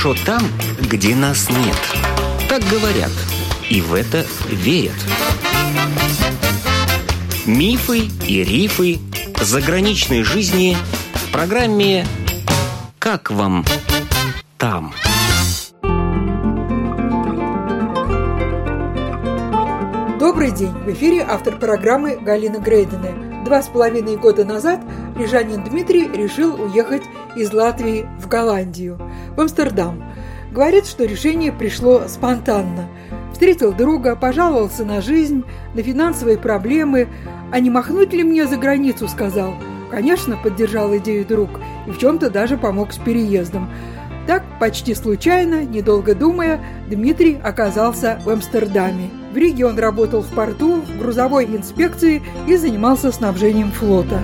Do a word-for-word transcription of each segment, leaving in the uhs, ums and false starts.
хорошо там, где нас нет. Так говорят, и в это верят. Мифы и рифы заграничной жизни в программе «Как вам там?». Добрый день! В эфире автор программы Галина Грейдене. Два с половиной года назад рижанин Дмитрий решил уехать из Латвии в Голландию, в Амстердам. Говорит, что решение пришло спонтанно. Встретил друга, пожаловался на жизнь, на финансовые проблемы. «А не махнуть ли мне за границу?» – сказал. Конечно, поддержал идею друг и в чем-то даже помог с переездом. Так, почти случайно, недолго думая, Дмитрий оказался в Амстердаме. В Риге он работал в порту, в грузовой инспекции и занимался снабжением флота.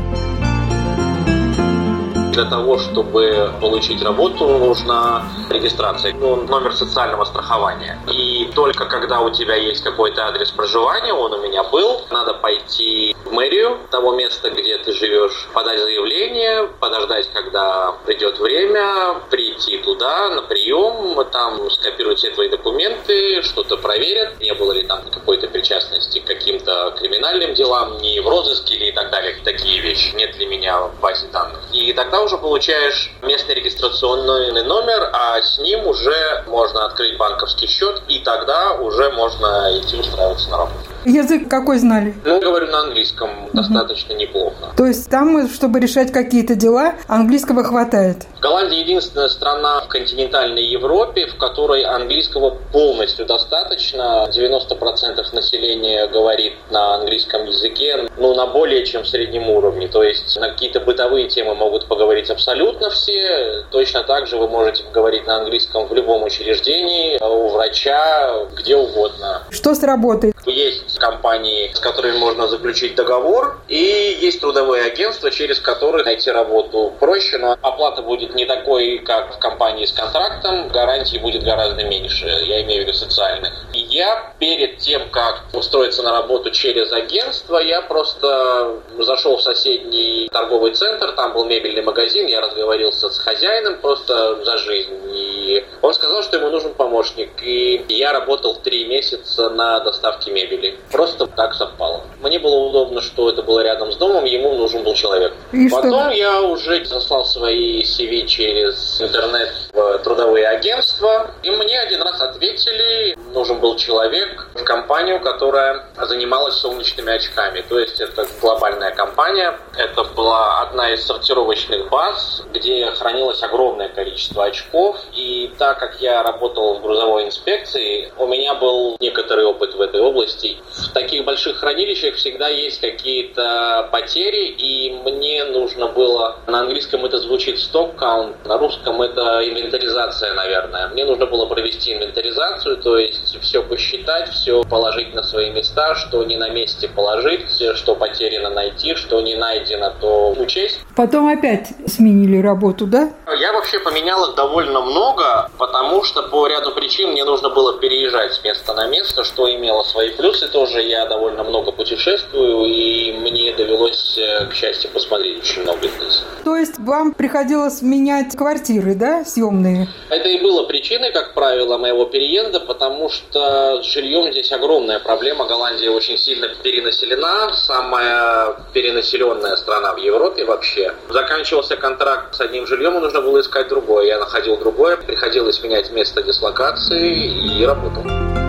Для того, чтобы получить работу, нужна регистрация, ну, номер социального страхования. И только когда у тебя есть какой-то адрес проживания, он у меня был, надо пойти в мэрию того места, где ты живешь, подать заявление, подождать, когда придет время, прийти туда на прием, там скопируют все твои документы, что-то проверят, не было ли там какой-то причастности к каким-то криминальным делам, не в розыске или и так далее, такие вещи, нет для меня в базе данных. И тогда уже получаешь местный регистрационный номер, а с ним уже можно открыть банковский счет, и тогда уже можно идти устраиваться на работу. Язык какой знали? Ну, говорю на английском uh-huh. достаточно неплохо. То есть там, чтобы решать какие-то дела, английского хватает? Голландия единственная страна в континентальной Европе, в которой английского полностью достаточно. девяносто процентов населения говорит на английском языке, ну, на более чем среднем уровне. То есть на какие-то бытовые темы могут поговорить абсолютно все. Точно так же вы можете поговорить на английском в любом учреждении, у врача, где угодно. Что с работой? Есть компании, с которыми можно заключить договор, и есть трудовые агентства, через которые найти работу проще, но оплата будет не такой, как в компании с контрактом, гарантий будет гораздо меньше, я имею в виду социальных. И я перед тем, как устроиться на работу через агентство, я просто зашел в соседний торговый центр, там был мебельный магазин, я разговорился с хозяином просто за жизнь, и он сказал, что ему нужен помощник, и я работал три месяца на доставке мебели. Просто так совпало. Мне было удобно, что это было рядом с домом, ему нужен был человек. И Потом что? я уже заслал свои си ви через интернет в трудовые агентства, и мне один раз ответили, нужен был человек в компанию, которая занималась солнечными очками. То есть это глобальная компания. Это была одна из сортировочных баз, где хранилось огромное количество очков. И так как я работал в грузовой инспекции, у меня был некоторый опыт в этой области. В таких больших хранилищах всегда есть какие-то потери, и мне нужно было, на английском это звучит stock count, на русском это инвентаризация, наверное. Мне нужно было провести инвентаризацию, то есть все посчитать, все положить на свои места, что не на месте положить, что потеряно найти, что не найдено, то учесть. Потом опять сменили работу, да? Я вообще поменял их довольно много, потому что по ряду причин мне нужно было переезжать с места на место, что имело свои плюсы тоже. Я довольно много путешествую, и мне довелось, к счастью, посмотреть очень много здесь. То есть вам приходилось менять квартиры, да, съемные? Это и было причиной, как правило, моего переезда, потому что с жильем здесь огромная проблема. Голландия очень сильно перенаселена, самая перенаселенная страна в Европе вообще. Заканчивался контракт с одним жильем, и нужно было искать другое. Я находил другое, приходилось менять место дислокации и работал.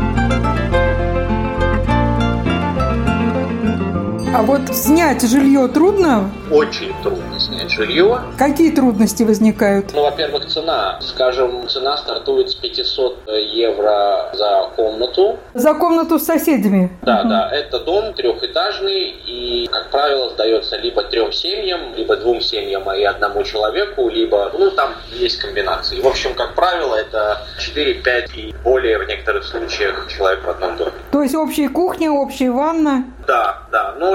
А вот снять жилье трудно? Очень трудно снять жилье. Какие трудности возникают? Ну, во-первых, цена. Скажем, цена стартует с пятьсот евро за комнату. За комнату с соседями? Да, угу. да. Это дом трехэтажный и, как правило, сдается либо трем семьям, либо двум семьям и одному человеку, либо, ну, там есть комбинации. В общем, как правило, это четыре-пять и более в некоторых случаях человек в одном доме. То есть общая кухня, общая ванна? Да, да. Ну,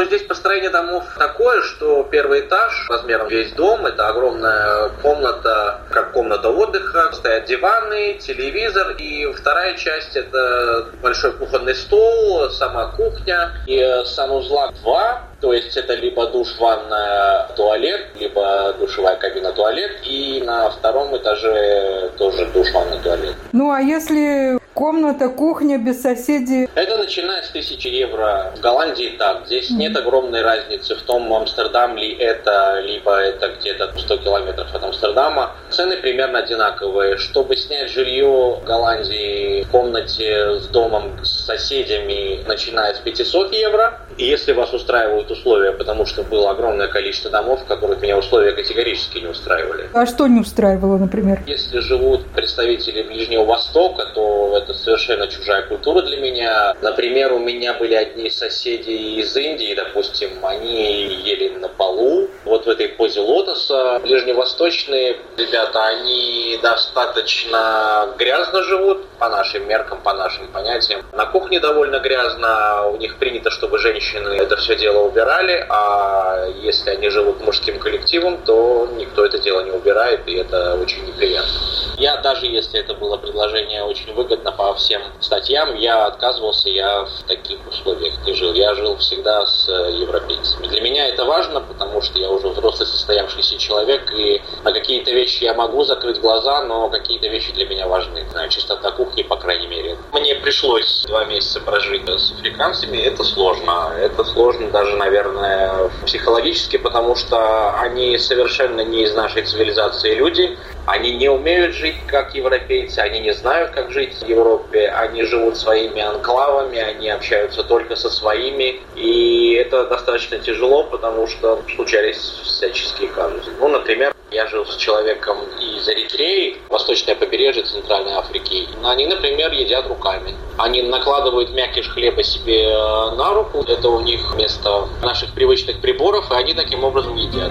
здесь построение домов такое, что первый этаж размером весь дом, это огромная комната, как комната отдыха, стоят диваны, телевизор, и вторая часть это большой кухонный стол, сама кухня, и санузла два. То есть это либо душ, ванная, туалет, либо душевая кабина, туалет. И на втором этаже тоже душ, ванная, туалет. Ну а если комната, кухня без соседей? Это начиная с тысячи евро. В Голландии так. Здесь mm-hmm. нет огромной разницы в том, Амстердам ли это, либо это где-то сто километров от Амстердама. Цены примерно одинаковые. Чтобы снять жилье в Голландии в комнате с домом, с соседями, начиная с пятьсот евро. И если вас устраивают условия, потому что было огромное количество домов, в которых меня условия категорически не устраивали. А что не устраивало, например? Если живут представители Ближнего Востока, то это совершенно чужая культура для меня. Например, у меня были одни соседи из Индии, допустим, они ели на полу, вот в этой позе лотоса. Ближневосточные ребята, они достаточно грязно живут, по нашим меркам, по нашим понятиям. На кухне довольно грязно, у них принято, чтобы женщины это все дело убирали, а если они живут мужским коллективом, то никто это дело не убирает, и это очень неприятно. Я, даже если это было предложение очень выгодно по всем статьям, я отказывался, я в таких условиях не жил. Я жил всегда с европейцами. Для меня это важно, потому что я уже взрослый состоявшийся человек, и на какие-то вещи я могу закрыть глаза, но какие-то вещи для меня важны. Знаю, чистота кухни, по крайней мере. Мне пришлось два месяца прожить с африканцами, это сложно. Это сложно даже, наверное, психологически, потому что они совершенно не из нашей цивилизации люди. Они не умеют жить как европейцы, они не знают, как жить в Европе. Они живут своими анклавами, они общаются только со своими. И это достаточно тяжело, потому что случались всяческие казусы. Ну, например, я жил с человеком из Эритреи, восточное побережье Центральной Африки. Они, например, едят руками. Они накладывают мякиш хлеба себе на руку. Это у них вместо наших привычных приборов, и они таким образом едят.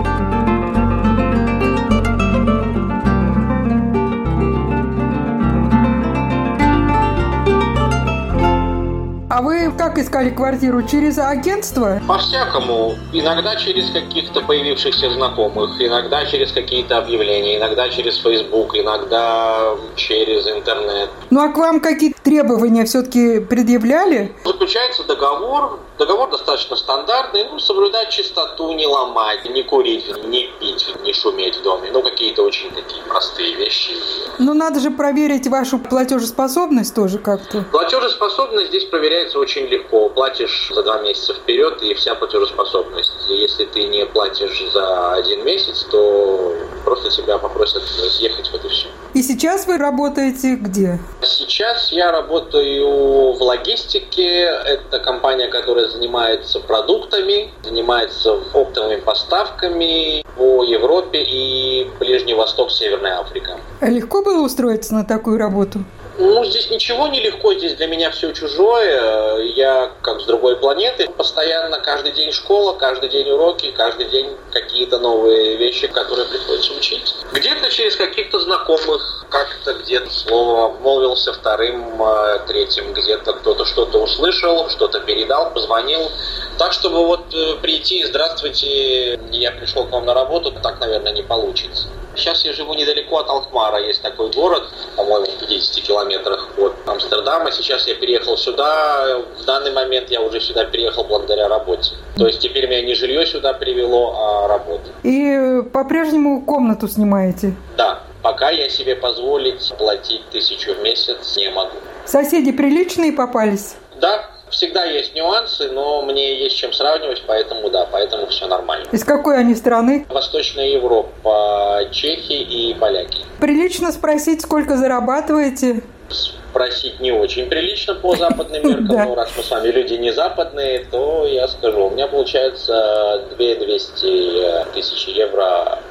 А вы как искали квартиру? Через агентство? По-всякому. Иногда через каких-то появившихся знакомых, иногда через какие-то объявления, иногда через Facebook, иногда через интернет. Ну а к вам какие требования все-таки предъявляли? Заключается договор. Договор достаточно стандартный. Ну, соблюдать чистоту, не ломать, не курить, не пить, не шуметь в доме. Ну, какие-то очень такие простые вещи. Ну, надо же проверить вашу платежеспособность тоже как-то. Платежеспособность здесь проверяется очень легко. Платишь за два месяца вперед, и вся платежеспособность. Если ты не платишь за один месяц, то просто тебя попросят съехать, вот и все. И сейчас вы работаете где? Сейчас я работаю в логистике. Это компания, которая занимается продуктами, занимается оптовыми поставками по Европе и Ближний Восток, Северная Африка. А легко было устроиться на такую работу? Ну, здесь ничего не легко, здесь для меня все чужое. Я как с другой планеты. Постоянно каждый день школа, каждый день уроки, каждый день какие-то новые вещи, которые приходится учить. Где-то через каких-то знакомых, как-то где-то слово молвился вторым, третьим, где-то кто-то что-то услышал, что-то передал, позвонил. Так, чтобы вот прийти, здравствуйте, я пришел к вам на работу, так, наверное, не получится. Сейчас я живу недалеко от Алкмара, есть такой город, по-моему, в пятидесяти километрах от Амстердама. Сейчас я переехал сюда, в данный момент я уже сюда переехал благодаря работе. То есть теперь меня не жилье сюда привело, а работа. И по-прежнему комнату снимаете? Да, пока я себе позволить платить тысячу в месяц не могу. Соседи приличные попались? Да. Всегда есть нюансы, но мне есть чем сравнивать, поэтому да, поэтому все нормально. Из какой они страны? Восточная Европа, чехи и поляки. Прилично спросить, сколько зарабатываете? Спросить не очень прилично по западным меркам, но раз мы с вами люди не западные, то я скажу, у меня получается две тысячи двести тысяч евро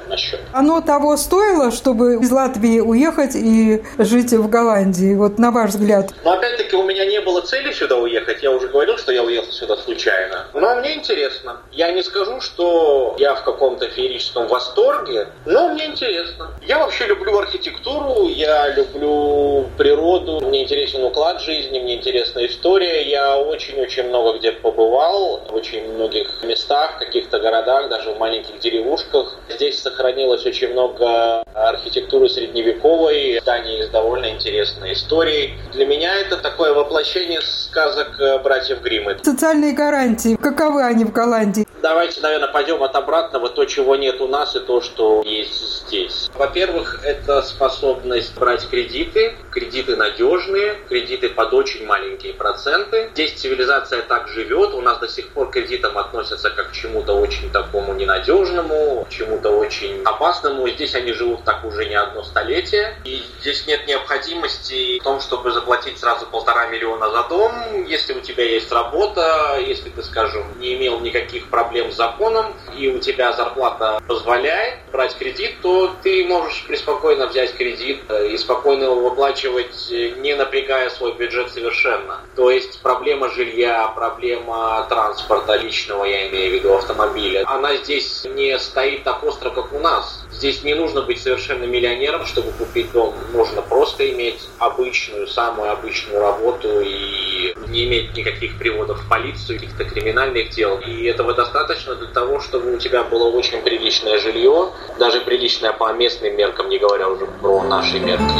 на счет. Оно того стоило, чтобы из Латвии уехать и жить в Голландии, вот на ваш взгляд? Но опять-таки у меня не было цели сюда уехать. Я уже говорил, что я уехал сюда случайно. Но мне интересно. Я не скажу, что я в каком-то феерическом восторге, но мне интересно. Я вообще люблю архитектуру, я люблю природу, мне интересен уклад жизни, мне интересна история. Я очень-очень много где побывал, в очень многих местах, в каких-то городах, даже в маленьких деревушках. Здесь сохранилось очень много архитектуры средневековой, зданий с довольно интересной историей. Для меня это такое воплощение сказок братьев Гримм. Социальные гарантии, каковы они в Голландии? Давайте, наверное, пойдем от обратного. То, чего нет у нас, и то, что есть здесь. Во-первых, это способность брать кредиты. Кредиты надежные, кредиты под очень маленькие проценты. Здесь цивилизация так живет. У нас до сих пор к кредитам относятся как к чему-то очень такому ненадежному, к чему-то очень опасному. Здесь они живут так уже не одно столетие. И здесь нет необходимости в том, чтобы заплатить сразу полтора миллиона за дом. Если у тебя есть работа, если ты, скажем, не имел никаких проблем с законом, и у тебя зарплата позволяет брать кредит, то ты можешь преспокойно взять кредит и спокойно его выплачивать, не напрягая свой бюджет совершенно. То есть проблема жилья, проблема транспорта личного, я имею в виду автомобиля, она здесь не стоит так остро, как у нас. Здесь не нужно быть совершенно миллионером, чтобы купить дом. Нужно просто иметь обычную, самую обычную работу и не иметь никаких приводов в полицию, каких-то криминальных дел. И этого достаточно для того, чтобы у тебя было очень приличное жилье, даже приличное по местным меркам, не говоря уже про наши мерки.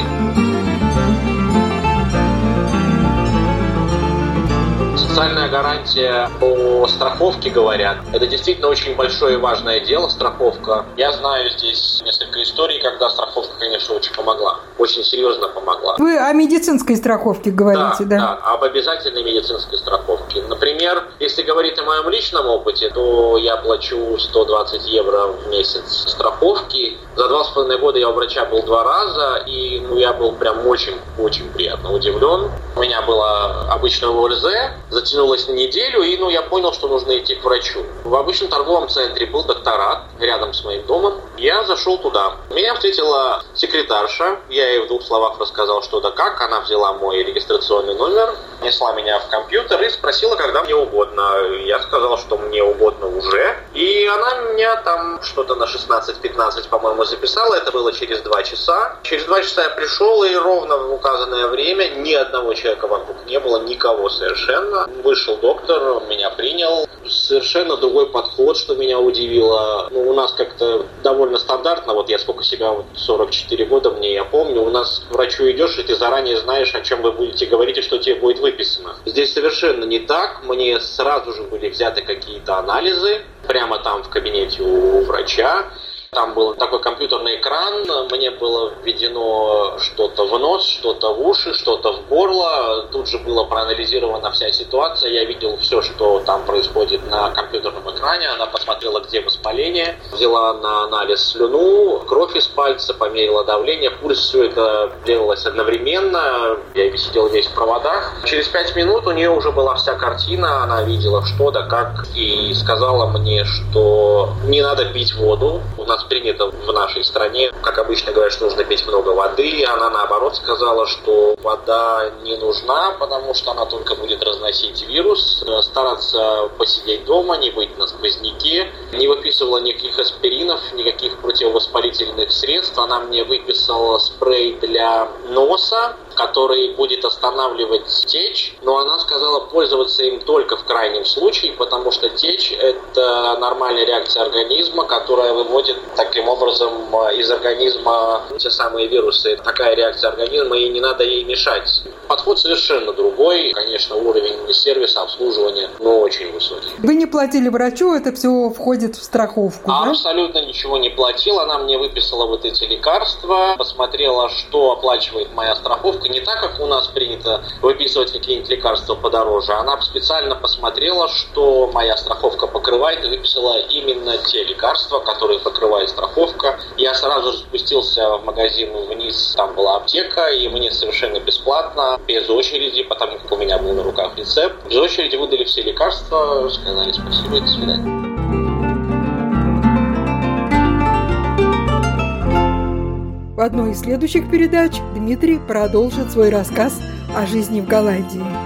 Социальная гарантия по страховке, говорят, это действительно очень большое и важное дело, страховка. Я знаю здесь несколько историй, когда страховка, конечно, очень помогла, очень серьезно помогла. Вы о медицинской страховке говорите, да? Да, да, об обязательной медицинской страховке. Например, если говорить о моем личном опыте, то я плачу сто двадцать евро в месяц страховки. За два с половиной года я у врача был два раза, и ну, я был прям очень-очень приятно удивлен. У меня было обычное ОРЗ, затянулось на неделю, и ну, я понял, что нужно идти к врачу. В обычном торговом центре был докторат рядом с моим домом. Я зашел туда. Меня встретила секретарша. Я ей в двух словах рассказал, что да как. Она взяла мой регистрационный номер, несла меня в компьютер и спросила, когда мне угодно. Я сказал, что мне угодно уже. И она меня там что-то на шестнадцать-пятнадцать, по-моему, записала. Это было через два часа. Через два часа я пришел, и ровно в указанное время ни одного человека вокруг не было, никого совершенно. Вышел доктор, он меня принял. Совершенно другой подход, что меня удивило. Ну, у нас как-то довольно стандартно. Вот я сколько себя, вот сорок четыре года мне, я помню. У нас к врачу идешь, и ты заранее знаешь, о чем вы будете говорить и что тебе будет выписано. Здесь совершенно не так. Мне сразу же были взяты какие-то анализы прямо там в кабинете у врача. Там был такой компьютерный экран, мне было введено что-то в нос, что-то в уши, что-то в горло. Тут же была проанализирована вся ситуация, я видел все, что там происходит на компьютерном экране. Она посмотрела, где воспаление, взяла на анализ слюну, кровь из пальца, померила давление, пульс, все это делалось одновременно. Я сидел весь в проводах. Через пять минут у нее уже была вся картина, она видела что да как, и сказала мне, что не надо пить воду. У нас принято в нашей стране, как обычно говорят, что нужно пить много воды. Она наоборот сказала, что вода не нужна, потому что она только будет разносить вирус. Стараться посидеть дома, не быть на сквозняке. Не выписывала никаких аспиринов, никаких противовоспалительных средств. Она мне выписала спрей для носа, который будет останавливать течь, но она сказала пользоваться им только в крайнем случае, потому что течь – это нормальная реакция организма, которая выводит таким образом из организма те самые вирусы. Такая реакция организма, и не надо ей мешать. Подход совершенно другой. Конечно, уровень сервиса, обслуживания, но очень высокий. Вы не платили врачу, это все входит в страховку, да? Абсолютно ничего не платил. Она мне выписала вот эти лекарства, посмотрела, что оплачивает моя страховка. Не так, как у нас принято выписывать какие-нибудь лекарства подороже. Она специально посмотрела, что моя страховка покрывает, и выписала именно те лекарства, которые покрывает страховка. Я сразу же спустился в магазин вниз, там была аптека, и мне совершенно бесплатно, без очереди, потому как у меня был на руках рецепт. Без очереди выдали все лекарства, сказали спасибо и до свидания. в одной из следующих передач Дмитрий продолжит свой рассказ о жизни в Голландии.